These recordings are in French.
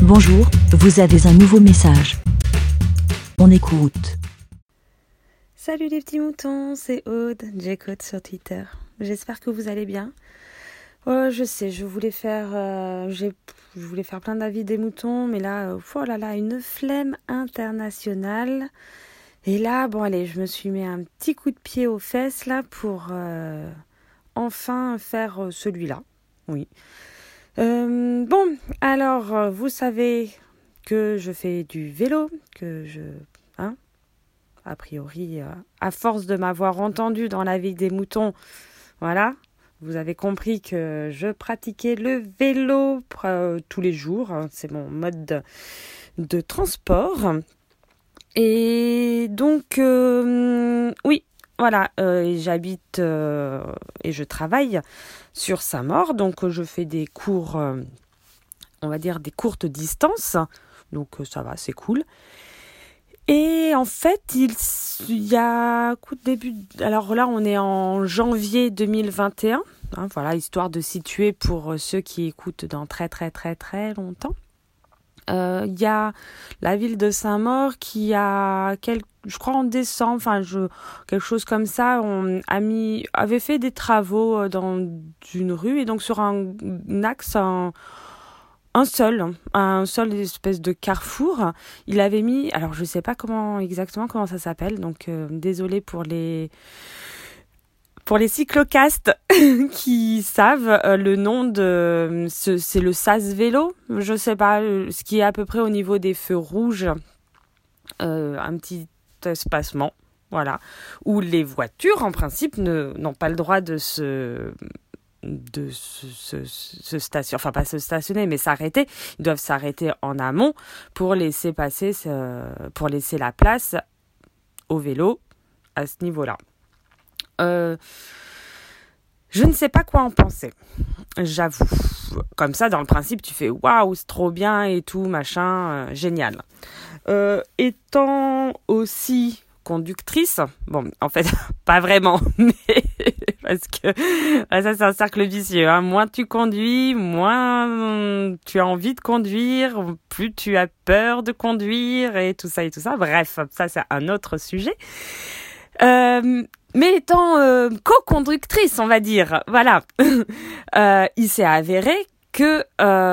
Bonjour, vous avez un nouveau message. On écoute. Salut les petits moutons, c'est Aude, J-Code sur Twitter. J'espère que vous allez bien. Je sais, je voulais faire plein d'avis des moutons, mais là, oh là là, une flemme internationale. Et là, bon allez, je me suis mis un petit coup de pied aux fesses là pour enfin faire celui-là. Oui. Bon, alors, vous savez que je fais du vélo, a priori, à force de m'avoir entendu dans la vie des moutons, voilà, vous avez compris que je pratiquais le vélo tous les jours, hein, c'est mon mode de transport. Et donc, oui, voilà, j'habite et je travaille sur Saint-Maur, donc je fais des cours, on va dire des courtes distances, donc ça va, c'est cool. Et en fait, il y a alors là on est en janvier 2021, hein, voilà, histoire de situer pour ceux qui écoutent dans très très très très longtemps. Il y a la ville de Saint-Maur qui a, je crois en décembre, quelque chose comme ça, avait fait des travaux dans une rue et donc sur un axe, un seul espèce de carrefour, il avait mis, alors je sais pas exactement comment ça s'appelle, donc désolé pour les cyclocastes qui savent le nom de c'est le sas vélo, je sais pas, ce qui est à peu près au niveau des feux rouges, un petit espacement, voilà, où les voitures en principe n'ont pas le droit de se stationner, enfin pas se stationner mais s'arrêter, ils doivent s'arrêter en amont pour laisser la place au vélo à ce niveau-là. Je ne sais pas quoi en penser, j'avoue. Comme ça, dans le principe, tu fais waouh, c'est trop bien et tout, machin, génial. Étant aussi conductrice, bon, en fait, pas vraiment, mais parce que ça, c'est un cercle vicieux, hein. Moins tu conduis, moins tu as envie de conduire, plus tu as peur de conduire et tout ça. Bref, ça, c'est un autre sujet. Mais étant co-conductrice, on va dire, voilà, il s'est avéré que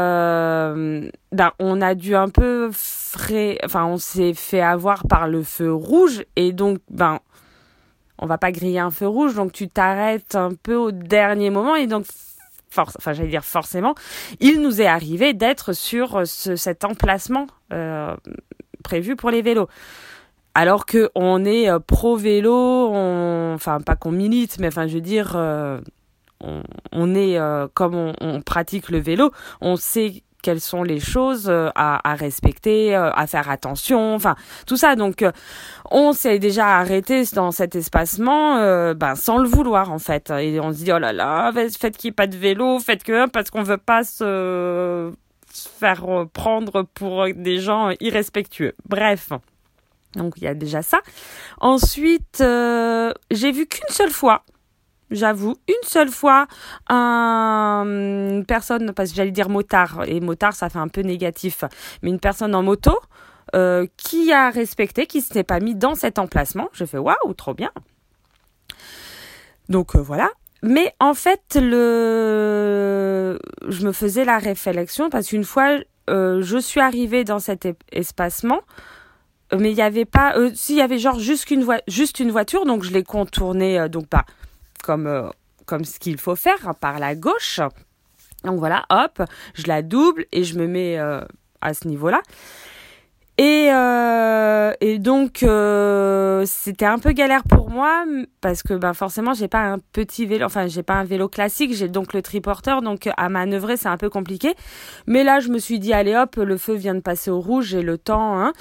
on a dû un peu on s'est fait avoir par le feu rouge et donc on va pas griller un feu rouge, donc tu t'arrêtes un peu au dernier moment et donc forcément, il nous est arrivé d'être sur cet emplacement prévu pour les vélos. Alors que on est pro vélo, pas qu'on milite, mais je veux dire, on est comme on pratique le vélo, on sait quelles sont les choses à respecter, à faire attention, tout ça. Donc, on s'est déjà arrêté dans cet espacement, sans le vouloir en fait. Et on se dit oh là là, faites qu'il n'y ait pas de vélo, parce qu'on veut pas se faire prendre pour des gens irrespectueux. Bref. Donc, il y a déjà ça. Ensuite, j'ai vu qu'une seule fois, une personne, parce que j'allais dire motard, et motard, ça fait un peu négatif, mais une personne en moto qui a respecté, qui ne s'est pas mis dans cet emplacement. Je fais waouh, trop bien. Donc, voilà. Mais en fait, je me faisais la réflexion, parce qu'une fois, je suis arrivée dans cet espacement, mais il y avait pas s'il y avait genre juste une voiture, donc je l'ai contournée comme ce qu'il faut faire, hein, par la gauche. Donc voilà, hop, je la double et je me mets à ce niveau-là. Et donc c'était un peu galère pour moi parce que forcément j'ai pas un petit vélo, j'ai pas un vélo classique, j'ai donc le triporteur, donc à manœuvrer c'est un peu compliqué. Mais là je me suis dit allez hop, le feu vient de passer au rouge, j'ai le temps, hein.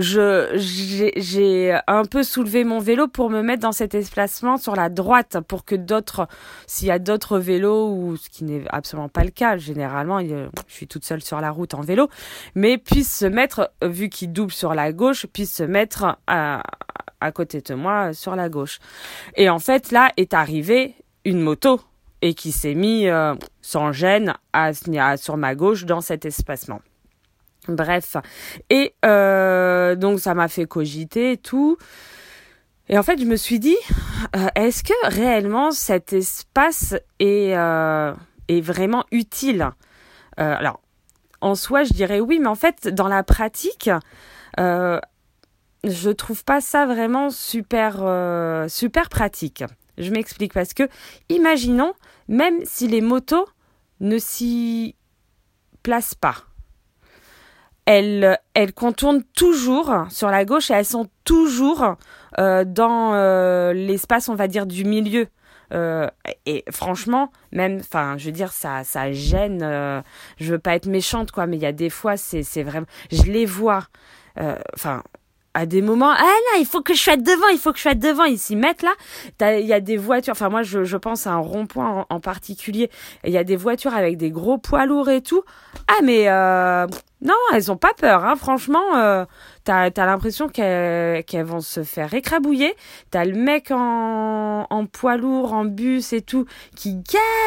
J'ai un peu soulevé mon vélo pour me mettre dans cet espacement sur la droite pour que s'il y a d'autres vélos, ou ce qui n'est absolument pas le cas, généralement je suis toute seule sur la route en vélo, mais puissent se mettre, vu qu'ils doublent sur la gauche, puissent se mettre à côté de moi sur la gauche. Et en fait là est arrivée une moto et qui s'est mis sans gêne sur ma gauche dans cet espacement. Bref. Et donc, ça m'a fait cogiter et tout. Et en fait, je me suis dit, est-ce que réellement cet espace est vraiment utile ? Alors, en soi, je dirais oui, mais en fait, dans la pratique, je trouve pas ça vraiment super pratique. Je m'explique parce que, imaginons, même si les motos ne s'y placent pas, elles contournent toujours sur la gauche et elles sont toujours dans l'espace, on va dire, du milieu. Et franchement, même, enfin, je veux dire, ça gêne. Je veux pas être méchante, quoi, mais il y a des fois, c'est vraiment, je les vois. Enfin. À des moments, ah là, il faut que je sois devant, ils s'y mettent là. Il y a des voitures, enfin moi je pense à un rond-point en particulier, il y a des voitures avec des gros poids lourds et tout. Ah mais non, elles ont pas peur, hein. Franchement, t'as l'impression qu'elles vont se faire écrabouiller. T'as le mec en poids lourd, en bus et tout, qui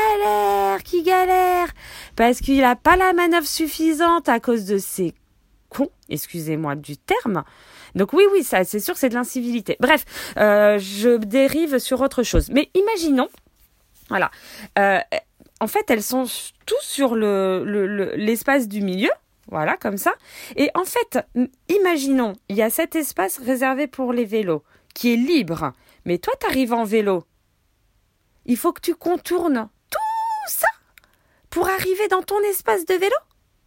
galère, parce qu'il a pas la manœuvre suffisante à cause de ces cons, excusez-moi du terme. Donc oui, ça, c'est sûr que c'est de l'incivilité. Bref, je dérive sur autre chose. Mais imaginons, voilà, en fait, elles sont tous sur l'espace du milieu, voilà, comme ça. Et en fait, imaginons, il y a cet espace réservé pour les vélos, qui est libre. Mais toi, t'arrives en vélo. Il faut que tu contournes tout ça pour arriver dans ton espace de vélo.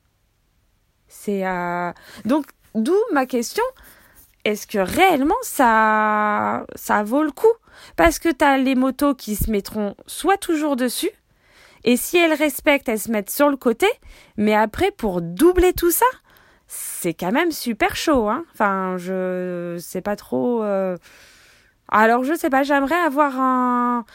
C'est donc, d'où ma question. Est-ce que réellement ça vaut le coup ? Parce que tu as les motos qui se mettront soit toujours dessus, et si elles respectent, elles se mettent sur le côté, mais après, pour doubler tout ça, c'est quand même super chaud, hein. Enfin, je sais pas trop... Alors, je sais pas, j'aimerais avoir un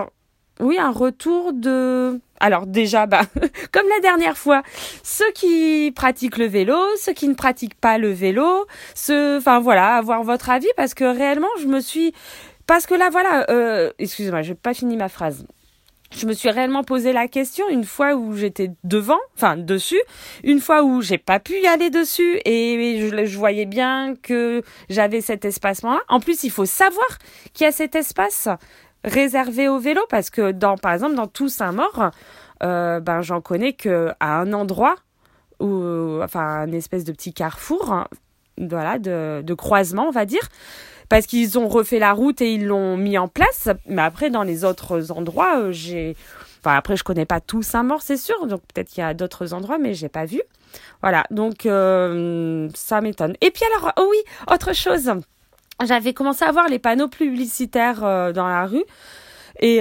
retour de... Alors déjà, comme la dernière fois, ceux qui pratiquent le vélo, ceux qui ne pratiquent pas le vélo, avoir votre avis, parce que réellement, parce que là, voilà, excusez-moi, j'ai pas fini ma phrase. Je me suis réellement posé la question une fois où j'étais dessus, une fois où j'ai pas pu y aller dessus et je voyais bien que j'avais cet espacement-là. En plus, il faut savoir qu'il y a cet espace réservé au vélo parce que par exemple dans tout Saint-Maur, j'en connais que à un endroit où, un espèce de petit carrefour, hein, voilà, de croisement, on va dire, parce qu'ils ont refait la route et ils l'ont mis en place. Mais après, dans les autres endroits, après, je connais pas tout Saint-Maur, c'est sûr, donc peut-être qu'il y a d'autres endroits, mais j'ai pas vu. Voilà, donc ça m'étonne. Et puis alors, oh oui, autre chose. J'avais commencé à voir les panneaux publicitaires dans la rue et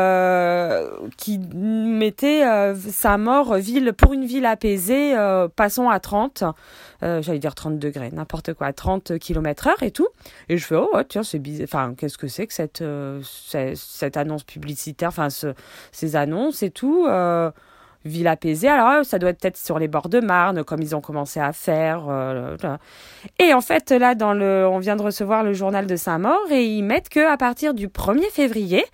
qui mettaient Saint-Maur, pour une ville apaisée, passons à 30, j'allais dire 30 degrés, n'importe quoi, 30 km/h et tout. Et je fais, oh ouais, tiens, c'est bizarre, enfin, qu'est-ce que c'est que cette annonce publicitaire, ces annonces et tout, ville apaisée, alors ça doit être peut-être sur les bords de Marne, comme ils ont commencé à faire. Et en fait, là, on vient de recevoir le journal de Saint-Maur et ils mettent qu'à partir du 1er février,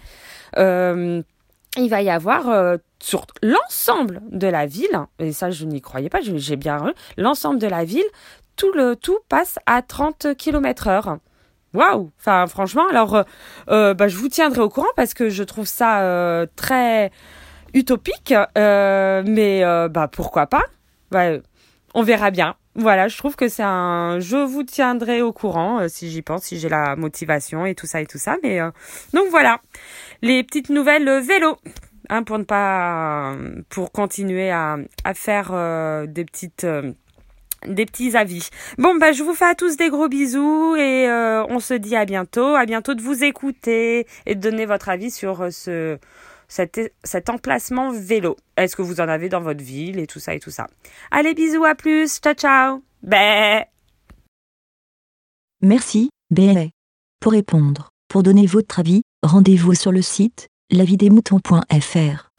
il va y avoir sur l'ensemble de la ville, et ça je n'y croyais pas, j'ai bien vu, l'ensemble de la ville, tout passe à 30 km/h. Waouh! Enfin, franchement, alors, je vous tiendrai au courant parce que je trouve ça très utopique, mais pourquoi pas? On verra bien. Voilà, je trouve que je vous tiendrai au courant si j'y pense, si j'ai la motivation et tout ça. Mais donc voilà, les petites nouvelles vélo, hein, pour continuer à faire des petits avis. Bon, je vous fais à tous des gros bisous et on se dit à bientôt. À bientôt de vous écouter et de donner votre avis sur cet emplacement vélo. Est-ce que vous en avez dans votre ville et tout ça. Allez, bisous, à plus. Ciao, ciao. Bé. Merci, Bé. Pour donner votre avis, rendez-vous sur le site lavidesmoutons.fr.